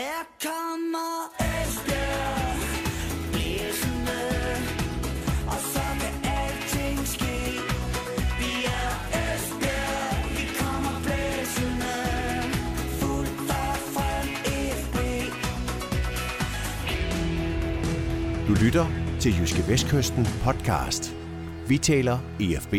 Her kommer Esbjerg blæsende, og så kan alting ske. Vi er Esbjerg, vi kommer blæsende, fuldt og frem FB. Du lytter til Jyske Vestkysten podcast. Vi taler EFB.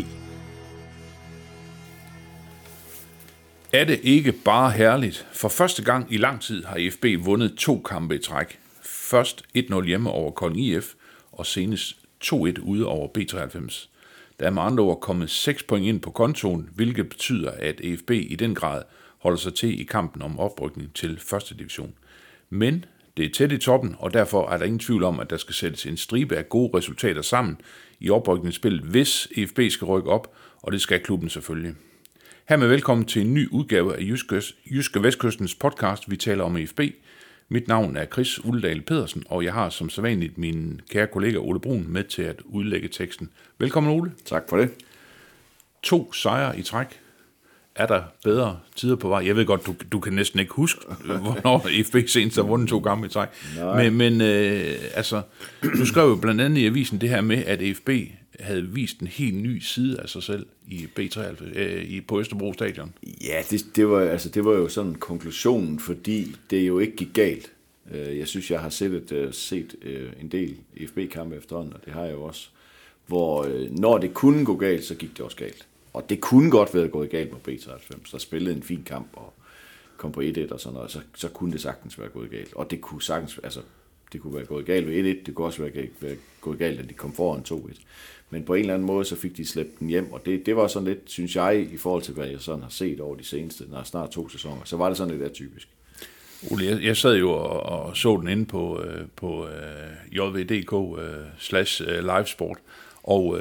Er det ikke bare herligt? For første gang i lang tid har EFB vundet 2 kampe i træk. Først 1-0 hjemme over Kolding IF, og senest 2-1 ude over B93. Der er med andre ord kommet 6 point ind på kontoen, hvilket betyder, at EFB i den grad holder sig til i kampen om oprykning til 1. division. Men det er tæt i toppen, og derfor er der ingen tvivl om, at der skal sættes en stribe af gode resultater sammen i oprykningsspillet, hvis EFB skal rykke op, og det skal klubben selvfølgelig. Hermed velkommen til en ny udgave af Jyske Vestkystens podcast, vi taler om EFB. Mit navn er Chris Uldal Pedersen, og jeg har som sædvanligt min kære kollega Ole Brun med til at udlægge teksten. Velkommen Ole. Tak for det. 2 sejre i træk. Er der bedre tider på vej? Jeg ved godt, du kan næsten ikke huske, hvornår EFB senest har vundet 2 kampe i træk. Men du skrev jo blandt andet i avisen det her med, at EFB havde vist en helt ny side af sig selv i B93 på Østerbro Stadion. Ja, det var jo sådan konklusionen, fordi det jo ikke gik galt. Jeg synes, jeg har set en del EFB-kampe efterhånden, og det har jeg jo også. Hvor når det kunne gå galt, så gik det også galt. Og det kunne godt være gået galt på B93, der spillede en fin kamp og kom på 1-1 og sådan noget, så kunne det sagtens være gået galt. Og det kunne sagtens, det kunne være gået galt ved 1-1, det kunne også være gået galt, at de kom foran 2-1. Men på en eller anden måde, så fik de slæbt den hjem, og det var sådan lidt, synes jeg, i forhold til, hvad jeg sådan har set over de seneste, snart 2 sæsoner, så var det sådan lidt atypisk. Ole, jeg sad jo og så den inde på jvd.dk/livesport, og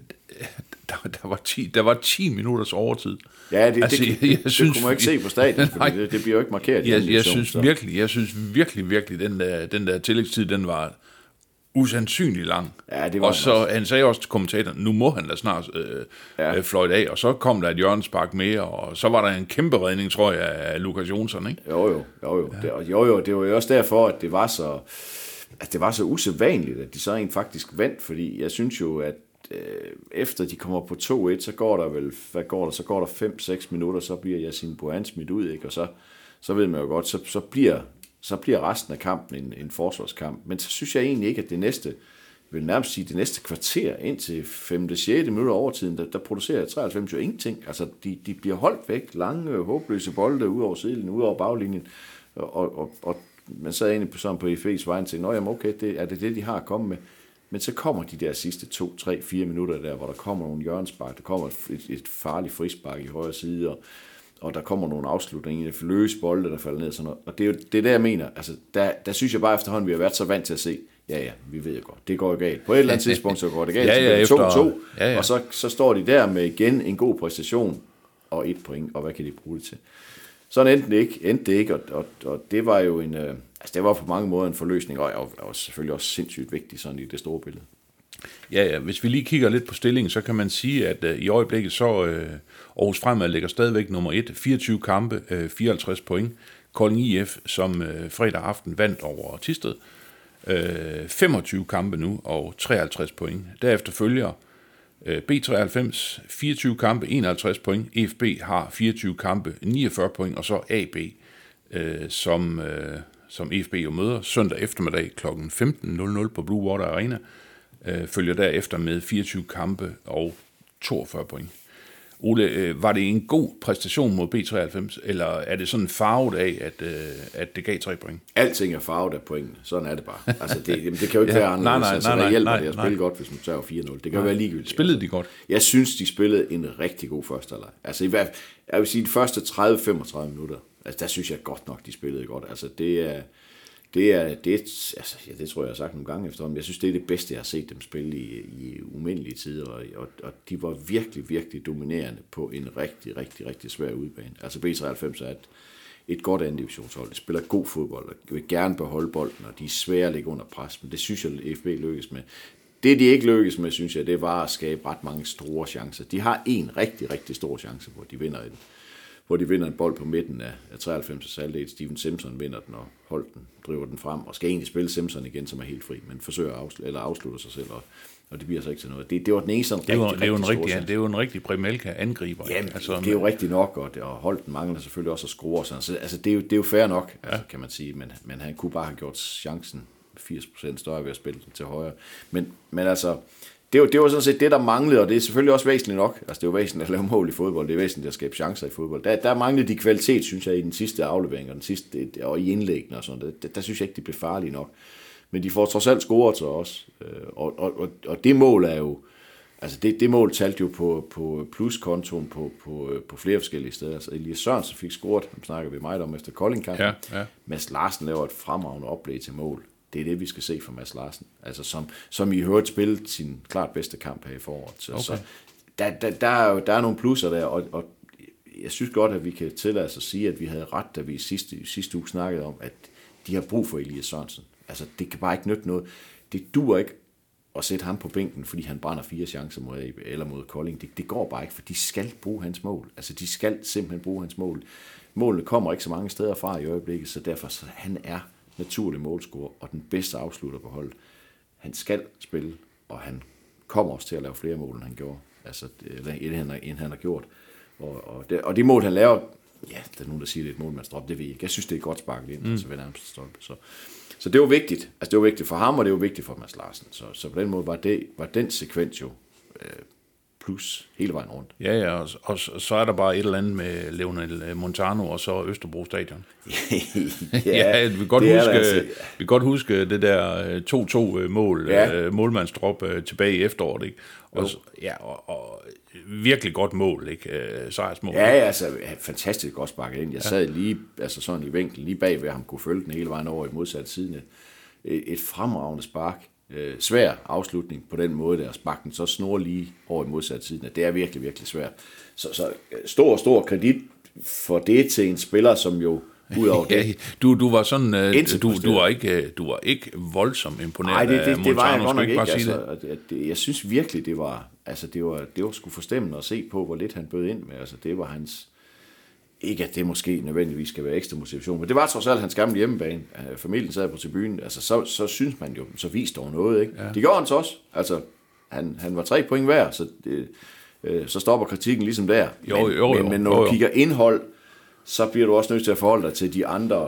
der var 10 minutters overtid. Ja, det kunne man ikke se på stadion, for det bliver jo ikke markeret. Jeg synes virkelig, den der tillægstid, den var usandsynlig lang. Ja, det var og så han sagde også til kommentatoren, nu må han da snart fløjte af, og så kom der et hjørnespark mere, og så var der en kæmpe redning, tror jeg, af Lukas Jonsson, ikke? Jo. Ja. Det var jo også derfor, at det var så usædvanligt, at de så egentlig faktisk vandt, fordi jeg synes jo, at efter de kommer på 2-1, så går der så går der 5-6 minutter, så bliver Yasin Bouhan smidt ud, ikke? Og så ved man jo godt, så bliver resten af kampen en forsvarskamp. Men så synes jeg egentlig ikke, at det næste kvarter indtil 5. 6. minutter overtiden, der producerer 93 jo ingenting. Altså, de bliver holdt væk, lange, håbløse bolde ud over sidelinjen, ud over baglinjen, og man sad egentlig sådan på EFB's vejen til, nå jamen okay, er det, de har at komme med. Men så kommer de der sidste 2, 3, 4 minutter der, hvor der kommer nogle hjørnespark, der kommer et farligt frispark i højre side, og der kommer nogle afslutninger, der løse bolde, der falder ned, sådan noget. Og det er jo det der, jeg mener. Altså, der synes jeg bare efterhånden, vi har været så vant til at se, ja, vi ved jo godt, det går jo galt. På et eller andet tidspunkt, så går det galt. Så 2-2, og så står de der med igen en god præstation, og 1 point, og hvad kan de bruge det til? Sådan endte det ikke, og det var jo det var på mange måder en forløsning, og selvfølgelig også sindssygt vigtigt sådan i det store billede. Ja, hvis vi lige kigger lidt på stillingen, så kan man sige, at i øjeblikket så Aarhus Fremad ligger stadigvæk nummer 1, 24 kampe, 54 point. Kolding IF, som fredag aften vandt over Thisted, 25 kampe nu og 53 point. Derefter følger B93, 24 kampe, 51 point. EFB har 24 kampe, 49 point, og så AB, som EFB jo møder søndag eftermiddag kl. 15.00 på Blue Water Arena, følger derefter med 24 kampe og 42 point. Ole, var det en god præstation mod B93, eller er det sådan farvet af, at det gav 3 point? Alting er farvet af pointene, sådan er det bare. Altså det kan jo ikke være anderledes. Det hjælper det at spille godt, hvis man tager 4-0. Det kan jo være ligegyldigt. Spillede de godt? Jeg synes, de spillede en rigtig god første halvleg. Altså jeg vil sige, de første 30-35 minutter, altså der synes jeg godt nok, de spillede godt. Altså det tror jeg har sagt nogle gange efterhånden. Jeg synes, det er det bedste, jeg har set dem spille i umindelige tider, og de var virkelig, virkelig dominerende på en rigtig, rigtig, rigtig svær udbane. Altså B93 er et godt anden divisionshold. De spiller god fodbold, og vil gerne beholde bolden, og de er svære at ligge under pres, men det synes jeg, at FB lykkes med. Det, de ikke lykkes med, synes jeg, det var at skabe ret mange store chancer. De har en rigtig, rigtig stor chance, hvor de vinder den. hvor de vinder en bold på midten af 93. halvdel. Steven Simpson vinder den, og Holten driver den frem, og skal egentlig spille Simpson igen, som er helt fri, men forsøger at afslutte sig selv, og det bliver så ikke til noget. Det var den eneste sådan det er jo en rigtig Primelka-angriber. Jamen, altså, det er jo rigtigt nok, og Holten mangler selvfølgelig også at score. Så, altså, det er jo fair nok, altså, kan man sige, men han kunne bare have gjort chancen 80% større ved at spille den til højre. Men altså, det var sådan set det, der manglede, og det er selvfølgelig også væsentligt nok. Altså, det er jo væsentligt at lave mål i fodbold, det er væsentligt at skabe chancer i fodbold. Der manglede de kvalitet, synes jeg, i den sidste aflevering, og i indlæggene og sådan. Der synes jeg ikke, de blev farlige nok. Men de får trods alt scoret så også. Og det mål er jo, altså det mål talte jo på pluskontoen på flere forskellige steder. Altså Elias Sørensen fik scoret, dem snakker vi meget om efter Kolding-kampen. Ja. Mads Larsen laver et fremragende oplæg til mål. Det er det, vi skal se fra Mads Larsen. Altså som I hørte spille sin klart bedste kamp her i foråret. Så der er nogle plusser der, og jeg synes godt, at vi kan tillade os at sige, at vi havde ret, da vi sidste uge snakkede om, at de har brug for Elias Sørensen. Altså, det kan bare ikke nytte noget. Det duer ikke at sætte ham på bænken, fordi han brænder 4 chancer mod AB eller mod Kolding. Det går bare ikke, for de skal bruge hans mål. Altså, de skal simpelthen bruge hans mål. Målene kommer ikke så mange steder fra i øjeblikket, så derfor så han er naturlig målscorer og den bedste afslutter på holdet. Han skal spille, og han kommer også til at lave flere mål, end han gjorde. Altså, end han har gjort. Og det mål, han laver, ja, der er nogen, der siger, det er et målmandsdrop, det ved jeg ikke. Jeg synes, det er et godt sparket ind, så vender han på stolpe. Så det var vigtigt. Altså, det var vigtigt for ham, og det var vigtigt for Mads Larsen. Så på den måde var den sekvens jo plus hele vejen rundt. Ja, og så er der bare et eller andet med Leonel Montano og så Østerbro Stadion. Ja, vi kan godt huske det der 2-2-mål, målmandsdrop tilbage i efteråret, ikke? Og virkelig godt mål, ikke? Sejrsmål. Ja, altså fantastisk godt sparket ind. Jeg sad lige, altså sådan i vinkel, lige bag ved ham, kunne følge den hele vejen over i modsat siden. Et fremragende spark. Svær afslutning på den måde, der sparker den så snor lige over i modsat siden. Det er virkelig, virkelig svært. Så stor kredit for det til en spiller, som jo udover det. Du var sådan, du var ikke voldsomt imponeret. Nej, det var jeg godt nok ikke. Altså, jeg synes virkelig, det var sgu forstemmende at se på, hvor lidt han bød ind med. Altså, det var hans. Ikke at det måske nødvendigvis skal være ekstra motivation, men det var trods alt hans gamle hjemmebane. Familien sad på tribunen, altså så synes man jo, så viste dog noget, ikke? Ja. Det gjorde han så også. Altså, han var 3 point værd, så stopper kritikken ligesom der. Men når du kigger indhold, så bliver du også nødt til at forholde dig til de andre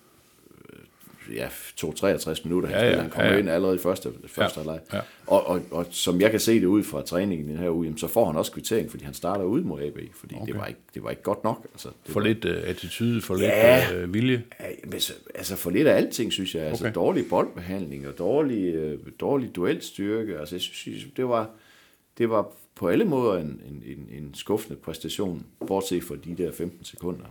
2-63 minutter, han kommer ind allerede i første halvleg. Ja. Og som jeg kan se det ud fra træningen i den her uge, så får han også kvittering, fordi han starter ud mod AB, fordi det var ikke godt nok. Altså, lidt attitude, for lidt vilje? Altså for lidt af alting, synes jeg. Altså dårlig boldbehandling og dårlig duelstyrke. Altså jeg synes, det var på alle måder en skuffende præstation, bortset fra de der 15 sekunder,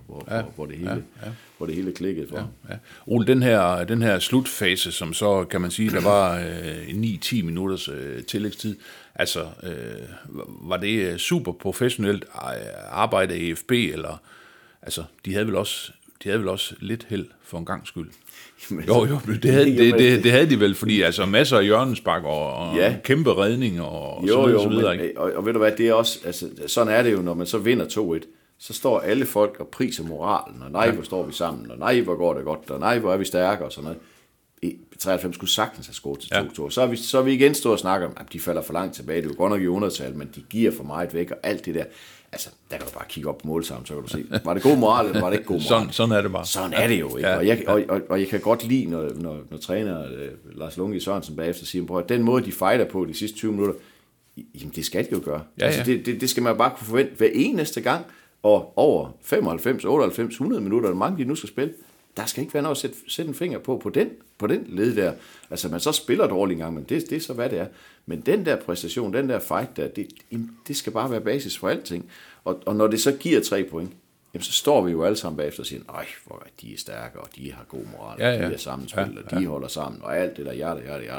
hvor det hele klikkede for. Ja. Ole, den her slutfase, som så kan man sige, der var 9-10 minutters tillægstid, altså var det super professionelt arbejde i FB, eller altså de havde vel også lidt held for en gang skyld. Jo, det havde de vel, fordi altså masser af hjørnespark og kæmpe redning og så videre. Ikke? Og ved du hvad, det er også, altså sådan er det jo, når man så vinder 2-1, så står alle folk og priser moralen, og nej, hvor står vi sammen, og nej, hvor går det godt, og nej, hvor er vi stærke, og sådan noget. I 93 skulle sagtens have scoret til 2-2. Så er vi igen stået og snakker om, at de falder for langt tilbage, det er jo godt nok i undertal, men de giver for meget væk, og alt det der. Altså, der kan du bare kigge op på målsammen, så kan du se, var det god moral, eller var det ikke god moral? Sådan er det bare. Sådan er det jo, ikke? Og jeg kan godt lide, når træner Lars Lunge Sørensen bagefter siger, at den måde, de fighter på de sidste 20 minutter, jamen det skal de jo gøre. Altså, det skal man bare kunne forvente hver eneste gang, og over 95, 98, 100 minutter, eller mange de nu skal spille, der skal ikke være noget at sætte en finger på den led der. Altså, man så spiller dårligt engang, men det er så, hvad det er. Men den der præstation, den der fight der, det skal bare være basis for alting. Og når det så giver 3 point, jamen, så står vi jo alle sammen bagefter og siger, ej, hvor de er stærke, og de har god moral, og de er sammenspillet, og de holder sammen, og alt det der, hjerte.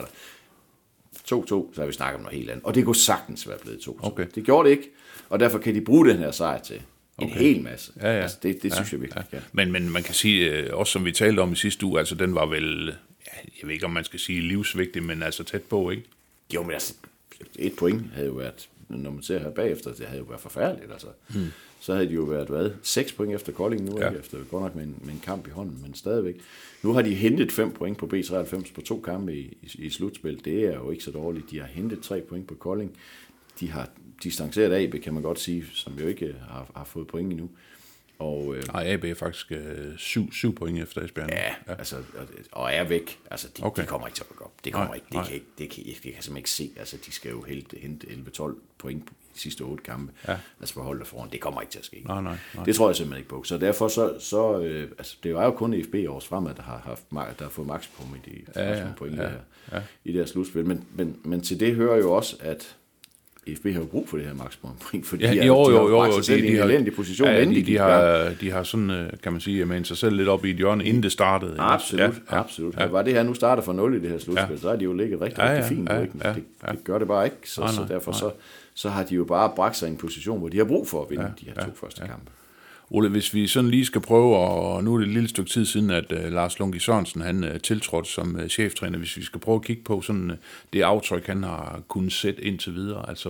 2-2, så har vi snakket om noget helt andet. Og det kunne sagtens være blevet 2-2. Okay. Det gjorde det ikke, og derfor kan de bruge den her sejr til en hel masse. Altså, det synes jeg virkelig kan. Men man kan sige, også som vi talte om i sidste uge, altså den var vel, jeg ved ikke om man skal sige livsvigtig, men altså tæt på, ikke? Jo, men altså, 1 point havde jo været, når man ser her bagefter, det havde jo været forfærdeligt, altså. så havde de jo været 6 point efter Kolding nu, ikke? Efter godt nok med en kamp i hånden, men stadigvæk. Nu har de hentet 5 point på B93 på 2 kampe i slutspil. Det er jo ikke så dårligt. De har hentet 3 point på Kolding. De har distanceret AB, kan man godt sige, som jo ikke har fået point endnu. Nej, AB er faktisk 7 point efter Esbjerg. Ja, altså, og er væk. Altså, de kommer ikke til at rykke op. Det kommer ikke. Det kan jeg simpelthen ikke se. Altså, de skal jo hente 11-12 point på de sidste 8 kampe. Ja. Altså, for holde der foran. Det kommer ikke til at ske. Nej. Det tror jeg simpelthen ikke på. Så derfor altså, det er jo kun FB års fremad, der har fået maksimum i de point i det her slutspil. Men til det hører jo også, at FB har jo brug for det her maksimum point, fordi de har selv i en elendig position. De har sådan, kan man sige, med sig selv lidt op i et hjørne, inden det startede. Absolut. Ja. Var det her nu starter fra 0 i det her slutspil, så har de jo ligget rigtig fint. Det gør det bare ikke, så derfor så har de jo bare bragt sig i en position, hvor de har brug for at vinde de her 2 første kampe. Ole, hvis vi sådan lige skal prøve, og nu er det et lille stykke tid siden, at Lars Lungi Sørensen, han tiltrådte som cheftræner, hvis vi skal prøve at kigge på sådan det aftryk, han har kunnet sætte indtil videre, altså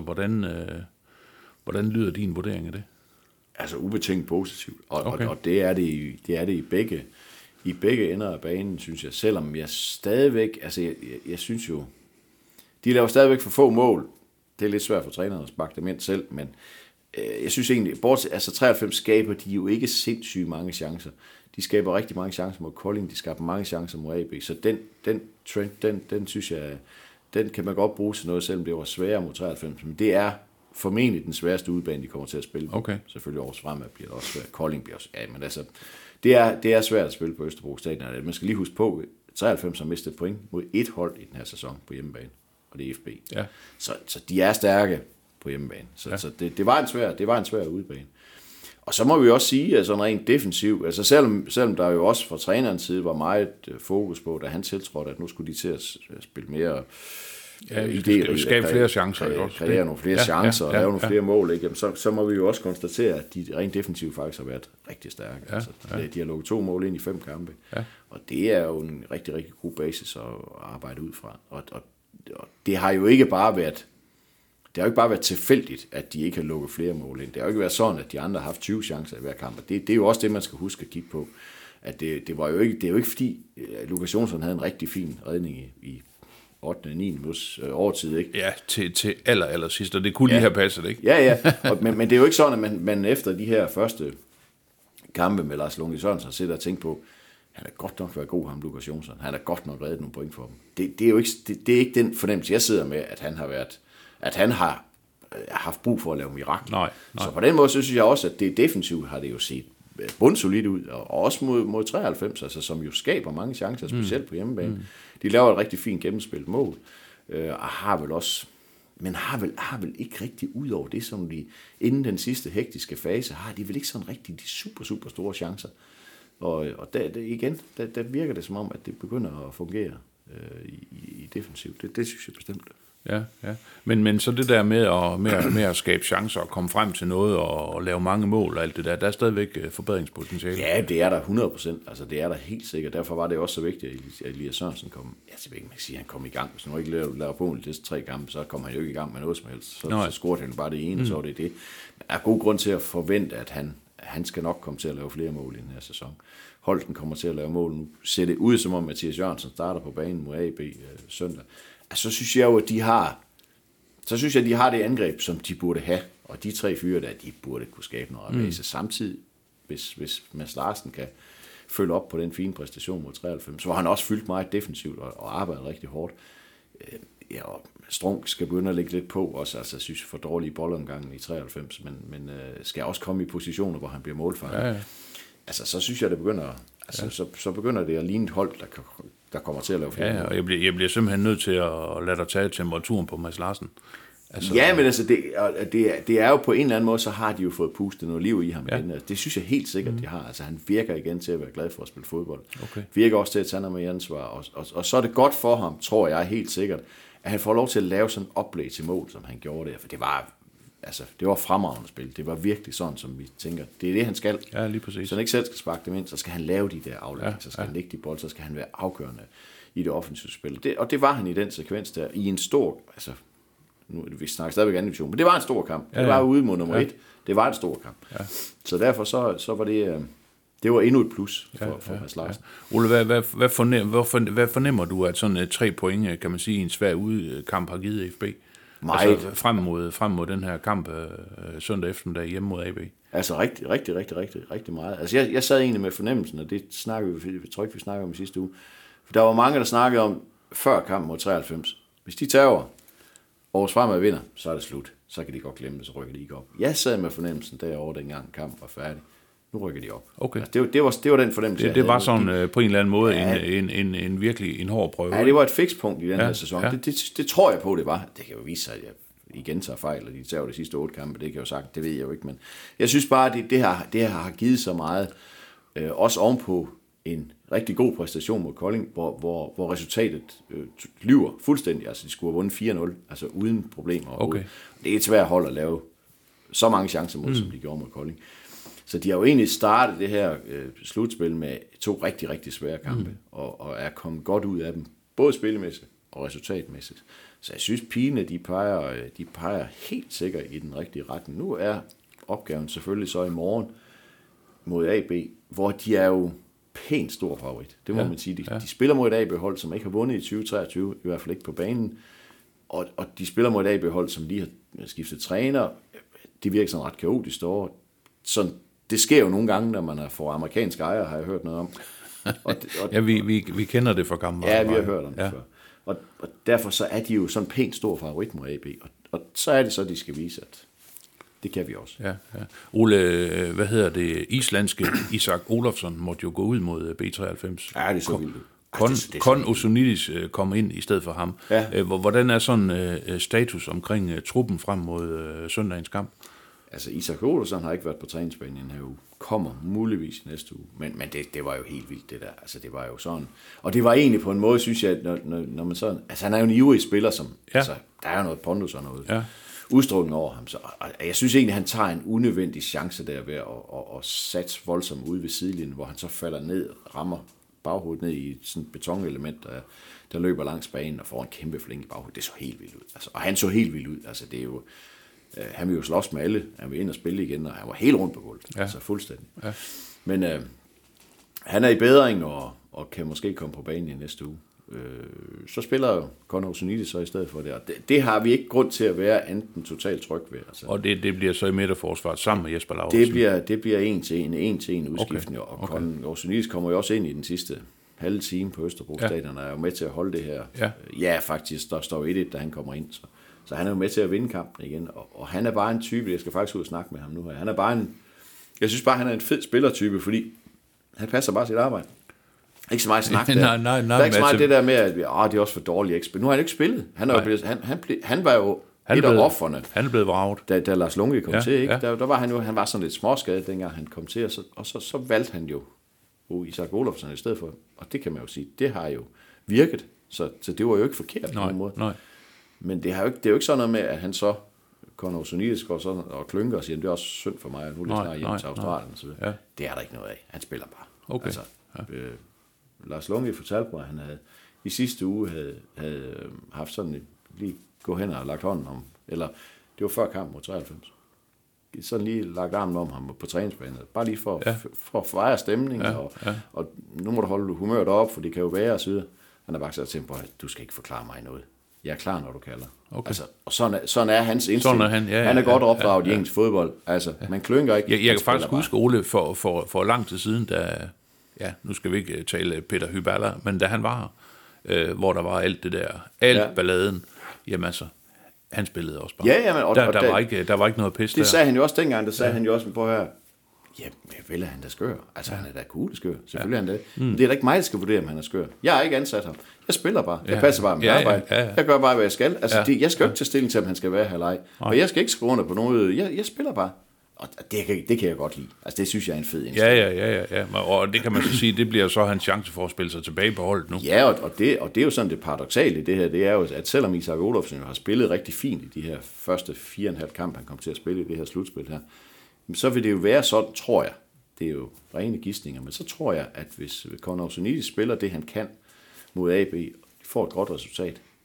hvordan lyder din vurdering af det? Altså ubetinget positivt, og det er det i begge ender af banen, synes jeg, selvom jeg stadigvæk, altså jeg synes jo, de laver stadigvæk for få mål, det er lidt svært for træneren at sparke dem ind selv, men jeg synes egentlig, 93 skaber de jo ikke sindssygt mange chancer. De skaber rigtig mange chancer mod Kolding, de skaber mange chancer mod AB, så den trend, den synes jeg, den kan man godt bruge til noget, selvom det var sværere mod 93, men det er formentlig den sværeste udbane, de kommer til at spille på. Okay. Selvfølgelig års fremad bliver det også svært, Kolding bliver også, men altså, det er svært at spille på Østerbro Stadion. Man skal lige huske på, 93 har mistet point mod et hold i den her sæson på hjemmebane, og det er FB. Ja. Så de er stærke på hjemmebane. Så det var en svær udbane. Og så må vi også sige, at sådan rent defensiv, altså selvom der jo også fra trænerens side var meget fokus på, da han tiltrådte, at nu skulle de til at spille mere idéer, skabe flere chancer, kreere nogle flere chancer og lave nogle flere mål, ikke? Jamen, så må vi jo også konstatere, at de rent defensivt faktisk har været rigtig stærke. Altså, de har lukket 2 mål ind i 5 kampe, og det er jo en rigtig, rigtig god basis at arbejde ud fra. Og det har jo ikke bare været tilfældigt, at de ikke har lukket flere mål ind. Det har jo ikke været sådan, at de andre har haft 20 chancer i hver kamp. Det er jo også det, man skal huske at kigge på. At det er jo ikke fordi, Lukas Jonsson havde en rigtig fin redning i 8. og 9. minuts overtid, ikke? Ja, til aller sidst, og det kunne lige have passet, ikke? Ja. Men det er jo ikke sådan, at man efter de her første kampe med Lars Lungi Sørensen sidder og tænker på, han er godt nok været god, ham Lukas Jonsson. Han er godt nok reddet nogle point for dem. Det er jo ikke, det er ikke den fornemmelse, jeg sidder med, at han har haft brug for at lave mirakler. Nej. Så på den måde, så synes jeg også, at det defensivt har det jo set bundsolidt ud, og også mod 93, altså, som jo skaber mange chancer, specielt på hjemmebane. De laver et rigtig fint gennemspillet mål, og har vel ikke rigtig ud over det, som de inden den sidste hektiske fase, har de vel ikke sådan rigtig de super store chancer. Og der virker det som om, at det begynder at fungere i defensivt. Det synes jeg bestemt. Ja. Men så det der med at skabe chancer og komme frem til noget og lave mange mål og alt det der er stadigvæk forbedringspotentiale. Ja, det er der 100%. Altså det er der helt sikkert. Derfor var det også så vigtigt, at Elias Sørensen kom. Jeg ved ikke, man kan sige, at han kom i gang. Hvis han ikke laver på de 3 kampe, så kommer han jo ikke i gang med noget som helst. Så scorede han bare det ene, så var det det. Der er god grund til at forvente, at han skal nok komme til at lave flere mål i den her sæson. Holten kommer til at lave mål nu. Ser det ud som om Mathias Jørgensen starter på banen mod AB søndag. Altså, så synes jeg jo, at de har det angreb, som de burde have. Og de 3 fyre der, de burde kunne skabe noget ravage. Samtidig, hvis Mads Larsen kan følge op på den fine præstation mod 93, så har han også fyldt meget defensivt og arbejdet rigtig hårdt. Og Strunk skal begynde at lægge lidt på også. Altså, jeg synes, for dårlige boldomgangen i 93, men skal også komme i positioner, hvor han bliver målfanger. Ja. Altså, så synes jeg, det begynder... Altså, så begynder det at ligne et hold, der kommer til at lave flere. Ja, og jeg bliver simpelthen nødt til at lade dig tage temperaturen på Mads Larsen. Altså, ja, men altså, det er jo på en eller anden måde, så har de jo fået pustet noget liv i ham igen. Altså, det synes jeg helt sikkert, de har. Altså, han virker igen til at være glad for at spille fodbold. Okay. Virker også til at tage noget med ansvar. Og så er det godt for ham, tror jeg helt sikkert, at han får lov til at lave sådan en oplæg til mål, som han gjorde der. For det var fremragende spil. Det var virkelig sådan, som vi tænker, det er det, han skal. Ja, lige præcis. Så han ikke selv skal sparke dem ind, så skal han lave de der aflægninger, så skal han lægge de bold, så skal han være afgørende i det offensive spil. Og det var han i den sekvens der, i en stor, altså nu vi snakker stadigvæk anden division, men det var en stor kamp. Det var ude mod nummer 1. Det var en stor kamp. Ja. Så derfor så var det var endnu et plus for Mads Larsen. Ja. Ole, hvad fornemmer du, at sådan 3 point, kan man sige, en svær udkamp har givet FB? Meget. Altså frem mod den her kamp søndag eftermiddag hjemme mod AB. Altså rigtig meget. Altså jeg sad egentlig med fornemmelsen, og det snakkede vi snakkede om i sidste uge. For der var mange, der snakkede om før kampen mod 93. Hvis de tager Aarhus Fremad vinder, så er det slut. Så kan de godt glemme det, så rykker de ikke op. Jeg sad med fornemmelsen derovre, dengang kampen var færdig. Nu rykker de op. Okay. Altså, det var den fornemmelse, det var sådan på en eller anden måde en virkelig en hård prøve. Ja, det var et fikspunkt i den her sæson. Ja. Det tror jeg på, det var. Det kan jo vise sig, at jeg igen tager fejl, og de tager de sidste 8 kampe. Det kan jeg jo sagt, det ved jeg jo ikke. Men jeg synes bare, at det her har givet så meget. Også ovenpå en rigtig god præstation mod Kolding, hvor resultatet lyver fuldstændig. Altså, de skulle have vundet 4-0, altså uden problemer. Okay. Det er et svært hold at lave så mange chancer mod, som de gjorde mod Kolding. Så de har jo egentlig startet det her slutspil med 2 rigtig, rigtig svære kampe, og er kommet godt ud af dem, både spillemæssigt og resultatmæssigt. Så jeg synes, pigene, de peger helt sikkert i den rigtige retning. Nu er opgaven selvfølgelig så i morgen mod AB, hvor de er jo pænt stor favorit. Det må man sige. De spiller mod et AB-hold, som ikke har vundet i 2023, i hvert fald ikke på banen, og de spiller mod et AB-hold, som lige har skiftet træner. Det virker sådan ret kaotisk derovre. Sådan, det sker jo nogle gange, når man får amerikanske ejere, har jeg hørt noget om. Ja, vi kender det fra gamle. Ja, vi har hørt om det før. Og derfor så er de jo sådan pænt stor favorit mod AB. Og så er det så, de skal vise, at det kan vi også. Ja. Ole, islandske Isak Olofsson måtte jo gå ud mod B93. Ja, det er så vildt. Kon Osunidis kom ind i stedet for ham. Ja. Hvordan er sådan status omkring truppen frem mod søndagens kamp? Altså, Isak Olofsson har ikke været på træningsbanen i den her uge. Kommer muligvis næste uge. Men det var jo helt vildt, det der. Altså, det var jo sådan. Og det var egentlig på en måde, synes jeg, når man sådan... Altså, han er jo en ivrig spiller, som... Ja. Altså, der er jo noget pondus og noget udstråling over ham. Så, og jeg synes egentlig, han tager en unødvendig chance der ved at satse voldsomt ude ved sidelinjen, hvor han så falder ned, rammer baghovedet ned i sådan et betonelement, der løber langs banen og får en kæmpe flink i baghovedet. Det så helt vildt ud. Altså, og han så helt vildt ud. Altså, det er jo... Han vil jo slås med alle. Han vil ind og spille igen, og han var helt rundt på gulvet. Ja. Altså fuldstændig. Ja. Men han er i bedring, og kan måske komme på banen i næste uge. Så spiller jo Conor Osunidis så i stedet for det. Og det har vi ikke grund til at være enten totalt tryg ved. Altså. Og det bliver så i midterforsvaret sammen med Jesper Lauritsen? Det bliver en til en udskiftning. Okay. Og Conor Osunidis kommer jo også ind i den sidste halve time på Østerbro Stadion, og er jo med til at holde det her. Ja, faktisk, der står 1-1, da han kommer ind, så han er jo med til at vinde kampen igen, og han er bare en type, jeg skal faktisk ud og snakke med ham nu her. Han er bare jeg synes bare, han er en fed spillertype, fordi han passer bare sit arbejde. Ikke så meget snak der. Nej, der er ikke så meget det der med, at det er også for dårligt ikke spille. Nu har han ikke spillet. Han var jo et af offerne. Han er blevet vraget. Da Lars Lunge kom til, ikke? Der var han var sådan lidt småskadet, dengang han kom til, og så valgte han jo Isak Olofsson i stedet for, og det kan man jo sige, det har jo virket, så det var jo ikke forkert på nogen måde. Nej. Men det er jo ikke sådan noget med, at han så Conor Osunidis går sådan og klynker og siger, det er også synd for mig, og nu er det snart hjem til Australien og så videre. Ja. Det er der ikke noget af. Han spiller bare. Okay. Altså, Lars Lunge fortalte mig, at han havde i sidste uge havde haft sådan lige gå hen og lagt hånden om, eller det var før kamp mod 93. Sådan lige lagt armen om ham på træningsbanen. Bare lige for at fejre stemningen, og nu må du holde humøret op, for det kan jo være og så videre. Han har bare sagt til ham, at du skal ikke forklare mig noget. Jeg er klar, når du kalder. Okay. Altså, og sådan er hans instinkt. Han er godt opdraget i engelsk fodbold. Altså, man klynker ikke. Jeg kan faktisk huske, Ole, for lang tid siden, da, nu skal vi ikke tale Peter Hyballa, men da han var her, hvor der var alt det der, balladen, jamen altså, han spillede også bare. Ja, men, der var ikke noget pis der. Det sagde han jo også dengang, sagde han jo også på her, ja, vel er han da skør. Altså, han er da cool skør. Selvfølgelig er han det. Men det er da ikke mig, der skal vurdere, om han er skør. Jeg har ikke ansat ham. Jeg spiller bare. Jeg passer bare mit arbejde. Jeg gør bare, hvad jeg skal. Altså, jeg skal jo ikke tage stilling til, om han skal være her eller ej. Og jeg skal ikke skrive under på noget. Jeg spiller bare. Og det kan jeg godt lide. Altså, det synes jeg er en fed indstilling. Ja. Og det kan man så sige, det bliver så hans chance for at spille sig tilbage på holdet nu. Ja, og det er jo sådan det paradoksale i det her. Det er jo, at selvom Isak Olofsson har spillet rigtig fint i de her første 4,5 kampe, han kom til at spille i det her slutspil her, så vil det jo være sådan, tror jeg. Det er jo rene gidsninger, men så tror jeg, at hvis Conor Osunidis spiller det, han kan mod AB, får et godt resultat,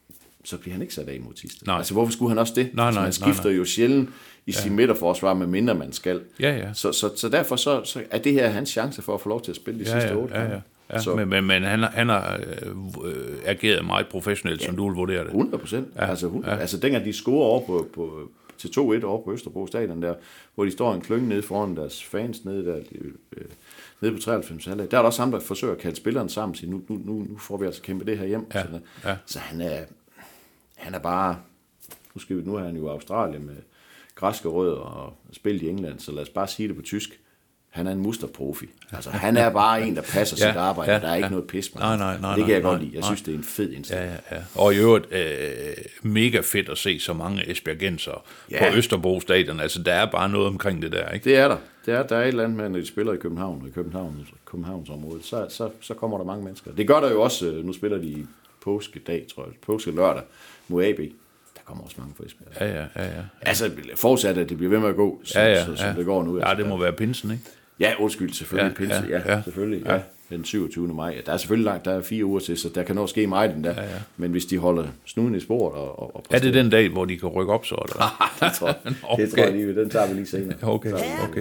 så bliver han ikke sat af mod Thisted. Nej. Altså, hvorfor skulle han også det? Nej, man skifter jo sjældent i sin midterforsvar, med mindre man skal. Ja. Så derfor så er det her hans chance for at få lov til at spille de sidste 8 kampe. Ja. Så. Men han har ageret meget professionelt, som du vil vurdere det. 100%. Altså dengang de scorer over til 2-1 over på Østerbro Stadion der, hvor de står en klynge nede foran deres fans nede på 93 halvleg. Der er der også ham, der forsøger at kalde spilleren sammen og sige, nu får vi altså kæmpe det her hjem. Ja. Så han er bare, nu er han jo i Australien med græske rødder og spillet i England, så lad os bare sige det på tysk. Han er en musterprofi. Altså, han er bare en, der passer sit arbejde. Der er ikke noget pis med. Nej, det kan jeg godt lide. Jeg synes, det er en fed indsats. Ja. Og i øvrigt, mega fedt at se så mange esbjergenser på Østerbro Stadion. Altså, der er bare noget omkring det der, ikke? Det er der. Der er et eller andet med, når de spiller i København, og i Københavnsområdet, så kommer der mange mennesker. Det gør der jo også, nu spiller de i påskedag, tror jeg, påskelørdag mod AB. Der kommer også mange fra Esbjerg. Ja. Altså, forudsat, at det bliver ved med at gå, som det går nu. Ja, det må være pinsen, ikke? Ja, undskyld, selvfølgelig pinse. Ja, selvfølgelig. Ja. Den 27. maj. Der er selvfølgelig langt, der er 4 uger til, så der kan nok ske meget den der. Ja. Men hvis de holder snuden i sporet og er det den dag, hvor de kan rykke op så? Eller? det tror jeg lige. Den tager vi lige senere. Okay.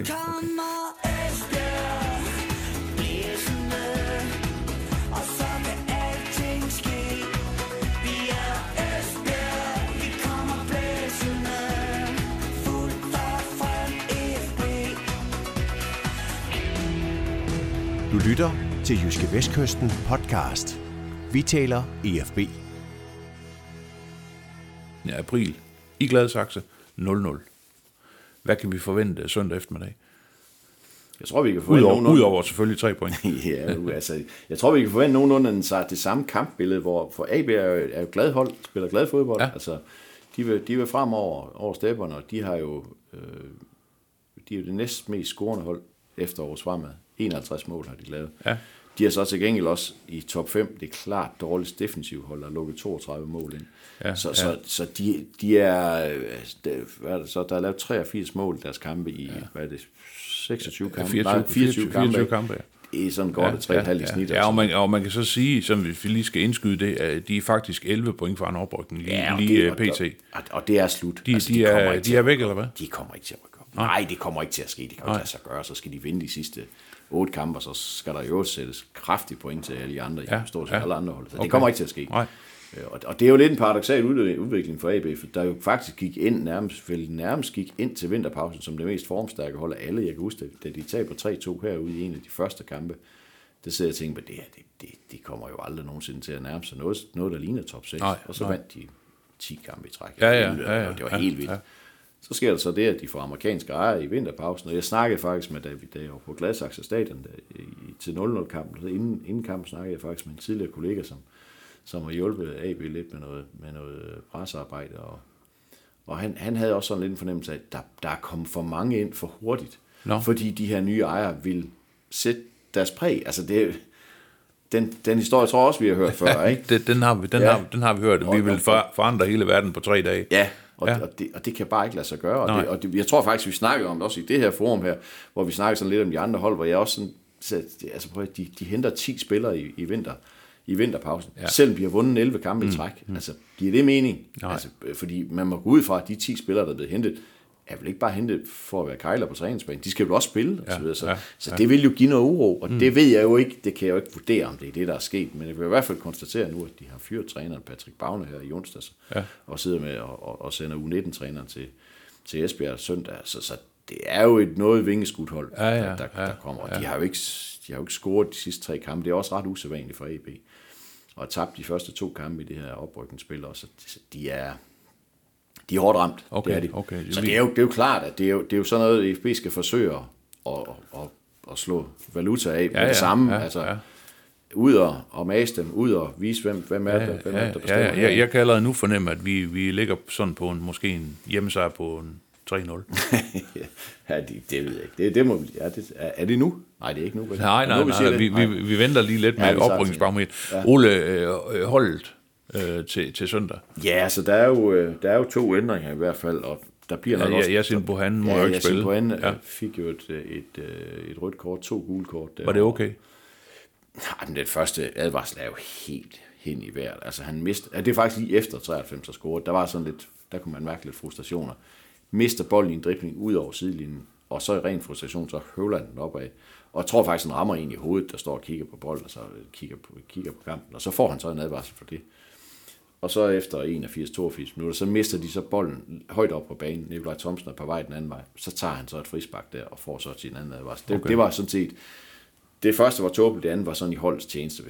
Du lytter til Jyske Vestkysten podcast. Vi taler EFB. Ja, april i Gladsaxe 0-0. Hvad kan vi forvente søndag eftermiddag? Jeg tror, vi kan forvente Udover selvfølgelig 3 point. Jeg tror, vi kan forvente nogenlunde det samme kampbillede, hvor for AB er jo glad hold, spiller glad fodbold. Ja. Altså, de vil fremover over stepperne, og de er jo det næst mest scorende hold efter årets fremad. 51 mål har de lavet. Ja. De er så til gengæld også i top 5. Det er klart dårligst defensiv hold, der har lukket 32 mål ind. Ja, så de er, hvad er det så, der er lavet 83 mål i deres kampe i, 26 kampe? 24 kampe, ja. Det er sådan godt 3,5 i snit. Ja, og man kan så sige, som vi lige skal indskyde det, at de er faktisk 11 point fra en oprykning lige pt. Og det er slut. De er væk, eller hvad? De kommer ikke til at rykke op. Nej, det kommer ikke til at ske. Det kan ikke lade sig gøre. Så skal de vinde de sidste 8 kamper, så skal der jo sættes kraftige point til alle de andre. Jeg forstår til alle andre hold. Så det kommer ikke til at ske. Nej. Og det er jo lidt en paradoksal udvikling for AB, for der jo faktisk nærmest gik ind til vinterpausen som det mest formstærke hold af alle. Jeg kan huske, da de taber 3-2 herude i en af de første kampe, der sidder jeg og tænker, det kommer jo aldrig nogensinde til at nærme sig noget der ligner top 6. Og så vandt de 10 kampe i træk. Og det var helt vildt. Så sker der så det, at de får amerikanske ejere i vinterpausen, og jeg snakkede faktisk med David Dager på Gladsaxe Stadion til 0-0-kampen, så inden kampen snakkede jeg faktisk med en tidligere kollega, som har hjulpet AB lidt med noget pressearbejde, og han havde også sådan lidt en fornemmelse af, at der er kommet for mange ind for hurtigt, fordi de her nye ejere vil sætte deres præg. Altså den historie tror jeg også, vi har hørt før, ikke? Den har vi hørt, og vi vil forandre hele verden på 3 dage. Ja. Og det kan bare ikke lade sig gøre. Og jeg tror faktisk, vi snakkede om det også i det her forum her, hvor vi snakkede sådan lidt om de andre hold, hvor jeg også sådan, altså prøv at de henter 10 spillere i vinterpausen, selvom de har vundet 11 kampe i træk. Altså, giver det mening? Altså, fordi man må gå ud fra, at de 10 spillere, der er blevet hentet, er vel ikke bare hentet for at være kejler på træningsbanen. De skal jo også spille, og så videre. Så det vil jo give noget uro, og det ved jeg jo ikke, det kan jeg jo ikke vurdere, om det er det, der er sket, men jeg vil i hvert fald konstatere nu, at de har fyret træneren Patrick Bagne her i onsdags, og sidder med og sender U19-træneren til Esbjerg søndag, så det er jo et noget vingeskudt hold, der kommer, og de har jo ikke scoret de sidste 3 kampe, det er også ret usædvanligt for AB, og har tabt de første 2 kampe i det her oprykningsspil, og så de er hårdt ramt, det er de. Okay. Så det er jo klart, at det er jo sådan noget, EFB skal forsøge at slå valuta af med det samme. Ud og mase dem, ud og vise, hvem er det, der bestemmer. Jeg kan allerede nu fornemme, at vi ligger sådan på måske en hjemmesejr på en 3-0. Det ved jeg ikke. Det må vi. Er det nu? Nej, det er ikke nu. Nej. Vi venter lige lidt med oprykningsbarometer. Ole, holdet til søndag. Ja, så der er jo 2 ændringer i hvert fald, og der bliver nok også... Yasin Bohan må jo ikke spille. Yasin Bohan fik jo et rødt kort, 2 gule kort. Der, var det okay? Men den første advarsel er jo helt hen i vejret. Altså han mister, det er faktisk lige efter 93 har scoret. Der var sådan lidt, der kunne man mærke lidt frustrationer. Mister bolden i en dribling ud over sidelinjen, og så i ren frustration, så høvler han den opad. Og jeg tror faktisk, han rammer en i hovedet, der står og kigger på bolden, og så kigger på kampen, og så får han så en advarsel for det. Og så efter 81-82 minutter, så mister de så bolden højt op på banen. Nikolaj Thomsen er på vej den anden vej. Så tager han så et frispark der, og får så sin anden advarsel. Det var sådan set, det første var tåbeligt, det andet var sådan i holdets tjeneste.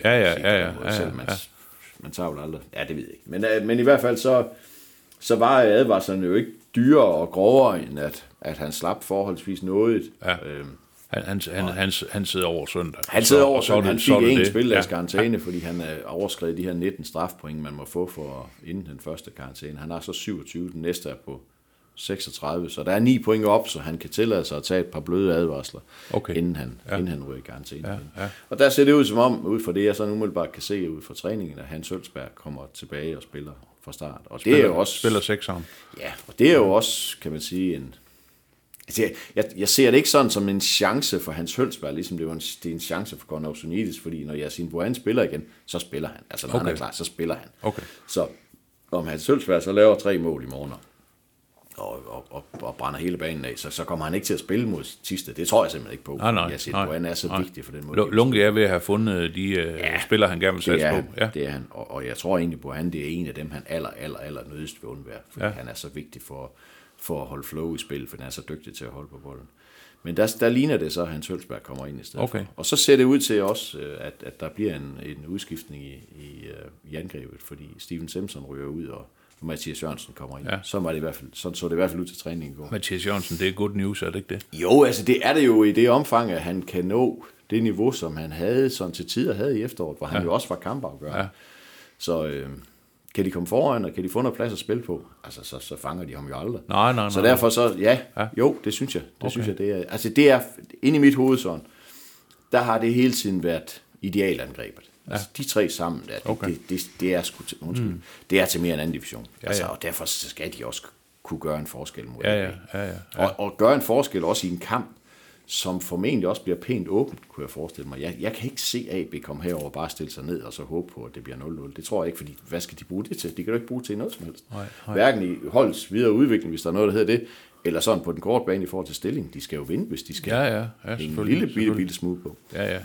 Man tager jo aldrig, det ved jeg ikke. Men i hvert fald så var advarslerne jo ikke dyrere og grovere, end at han slap forholdsvis noget. Ja. Han sidder over søndag. Han sidder over søndag. Han fik en spilledags karantæne, fordi han overskred de her 19 strafpoint, man må få for inden den første karantæne. Han har så 27, den næste er på 36, så der er 9 point op, så han kan tillade sig at tage et par bløde advarsler, inden han ryger i karantæne. Ja. Og der ser det ud som om, ud fra det, jeg så umiddelbart kan se ud fra træningen, at Hans Hølsberg kommer tilbage og spiller fra start. Og det er jo også spiller sekseren. Ja, og det er jo også, kan man sige, en... Altså, jeg ser det ikke sådan som en chance for Hans Hølsberg, ligesom det er en chance for Kornausunidis, fordi når Yasin Bohan spiller igen, så spiller han. Altså når han er klar, så spiller han. Okay. Så om Hans Hølsberg så laver 3 mål i morgen, og brænder hele banen af, så kommer han ikke til at spille mod Thisted. Det tror jeg simpelthen ikke på. Yasin Bohan er så vigtig for den måde. Lunke er ved at have fundet de spillere, han gerne vil satse på. Ja, det er han. Og jeg tror egentlig på, at han det er en af dem, han aller nødigst vil undvære, fordi han er så vigtig for at holde flow i spil, for han er så dygtig til at holde på bolden. Men der ligner det så, at Hans Hølsberg kommer ind i stedet for. Og så ser det ud til også, at der bliver en udskiftning i angrebet, fordi Steven Simpson ryger ud, og Mathias Jørgensen kommer ind. Ja. Sådan så det i hvert fald ud til træningen i går. Mathias Jørgensen, det er godt news, er det ikke det? Jo, altså det er det jo i det omfang, at han kan nå det niveau, som han havde sådan til tider havde i efteråret, hvor han jo også var kampafgørende. Ja. Så kan de komme foran, og kan de få noget plads at spille på, altså så fanger de ham jo aldrig. Nej. Så derfor så, jo, det synes jeg. Synes jeg, det er, altså det er, inde i mit hoved sådan, der har det hele tiden været idealangrebet. Ja. Altså de 3 sammen, det er sgu til, det er til mere end anden division. Altså, og derfor så skal de også kunne gøre en forskel mod ja. Og gøre en forskel også i en kamp, som formentlig også bliver pænt åbent, kunne jeg forestille mig. Jeg kan ikke se AB komme herover og bare stille sig ned og så håbe på, at det bliver 0-0. Det tror jeg ikke, fordi hvad skal de bruge det til? De kan jo ikke bruge det til noget som helst. Nej. Hverken i holdets videre udvikling, hvis der er noget, der hedder det, eller sådan på den korte bane i forhold til stilling. De skal jo vinde, hvis de skal en lille smule på. Ja.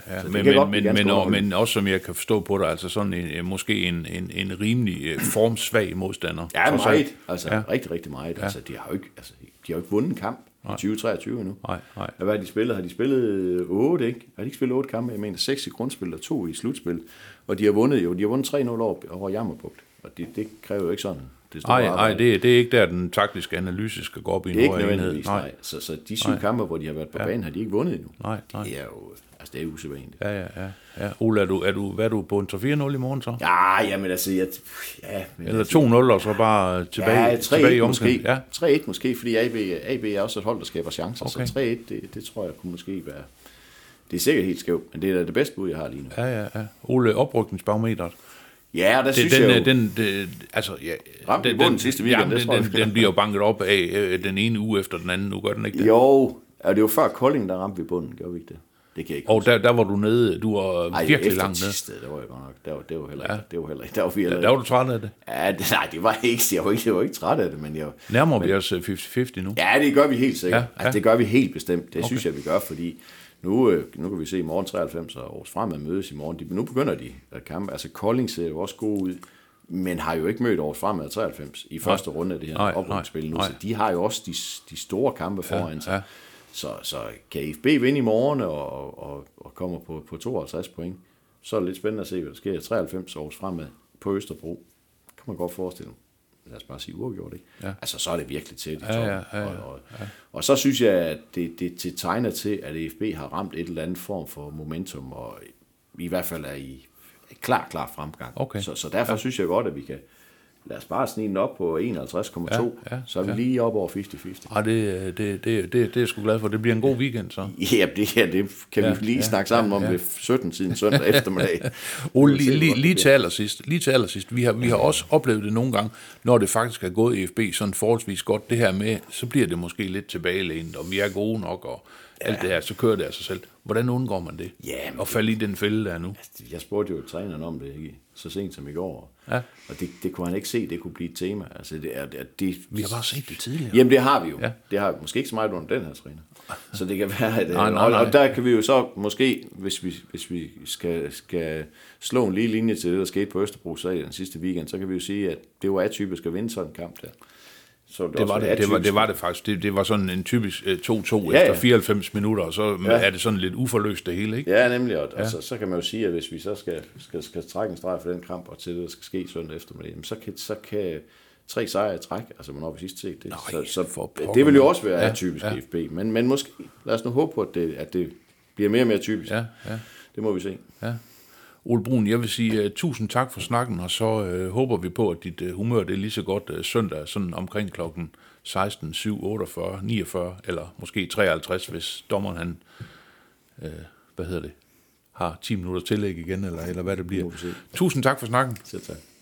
Men også som jeg kan forstå på dig, altså sådan måske en rimelig formsvag modstander. Ja, meget. Altså rigtig, rigtig meget. Ja. Altså, de har jo ikke vundet en kamp i 2023 endnu. Nej. Hvad har de spillet? Har de spillet 8, ikke? Har de ikke spillet 8 kampe? Jeg mener 6 i grundspil og 2 i slutspil. Og de har vundet 3-0 over Jammerbugt. Og det kræver jo ikke sådan. Nej, det er ikke der, den taktiske analyse skal gå op i en højere enhed. Det er ikke nødvendigvis, nej. Så de 7 kampe, hvor de har været på banen, har de ikke vundet endnu. Nej. Det er jo, altså det er usædvanligt. Ja. Ole, hvad er du på en 3-4-0 i morgen så? Ja, jamen altså, eller 2-0, og så bare tilbage i omkring. Ja, 3-1 måske, fordi AB er også et hold, der skaber chancer. Okay. Så 3-1, det tror jeg kunne måske være... Det er sikkert helt skævt, men det er da det bedste bud, jeg har lige nu. Ja. Ole, oprykningsbarometeret. Ja, der synes jeg jo... Ramte i bunden sidste weekend, den bliver jo banket op af den ene uge efter den anden. Nu gør den ikke det. Jo, det var før Kolding, der ramte vi bunden. Gjorde vi ikke det? Det kan jeg ikke huske. Og der var du nede. Du var virkelig langt nede. Efter der var jeg godt nok. Det var heller ikke. Det var heller ikke. Der var du træt af det? Ja, nej, det var ikke. Jeg var ikke træt af det, men jeg... Nærmer vi os 50-50 nu? Ja, det gør vi helt sikkert. Ja. Altså, det gør vi helt bestemt. Det synes jeg, vi gør, fordi... Nu kan vi se i morgen 93 og Aarhus Fremad mødes i morgen. Nu begynder de at kampe. Altså Kolding ser jo også god ud, men har jo ikke mødt Aarhus Fremad 93 i første runde af det her oprykningsspil nu. Så de har jo også de store kampe foran sig. Ja. Så kan FB vinde i morgen og kommer på 52 point, så er det lidt spændende at se, hvad der sker. 93 Aarhus Fremad på Østerbro. Kan man godt forestille sig. Lad os bare sige uafgjort, ikke? Ja. Altså, så er det virkelig tæt i toppen. Og så synes jeg, at det tegner til, at FB har ramt et eller andet form for momentum, og i hvert fald er i klar fremgang. Okay. Så derfor synes jeg godt, at vi kan lad os bare snige den op på 51,2, så er vi lige op over 50-50. Det er jeg sgu glad for. Det bliver en god weekend, så. Ja, det kan vi lige snakke sammen om ved 17-tiden søndag eftermiddag. Lige til allersidst. Vi har også oplevet det nogle gange, når det faktisk er gået i FB sådan forholdsvis godt, det her med, så bliver det måske lidt tilbagelænet, og vi er gode nok, og alt det her, så kører det af sig selv. Hvordan undgår man det? Ja, og falde i den fælde, der er nu? Jeg spurgte jo træneren om det, ikke? Så sent som i går. Ja. Og det kunne han ikke se, det kunne blive et tema. Altså, Vi har bare set det tidligere. Jamen, det har vi jo. Ja. Det har måske ikke så meget under den her træner. Så det kan være, at... Nej. Og der kan vi jo så måske, hvis vi skal slå en lige linje til det, der skete på Østerbro den sidste weekend, så kan vi jo sige, at det var atypisk at vinde sådan en kamp der. Så Det var det faktisk. Det var sådan en typisk 2-2 efter 94 minutter, og så er det sådan lidt uforløst det hele, ikke? Ja, nemlig. Og så kan man jo sige, at hvis vi så skal trække en streg for den kamp, og til det, der skal ske søndag eftermiddag, så kan 3 sejre i træk, altså hvornår vi sidst set det. Så det vil jo også være atypisk FB, men måske, lad os nu håbe på, at det bliver mere og mere typisk. Ja. Det må vi se. Ja. Ole Bruun, jeg vil sige tusind tak for snakken, og så håber vi på, at dit humør det er lige så godt søndag, sådan omkring klokken 16, 7, 48, 49, eller måske 53, hvis dommeren han, har 10 minutter tillæg igen, eller hvad det bliver. Tusind tak for snakken. Selv tak.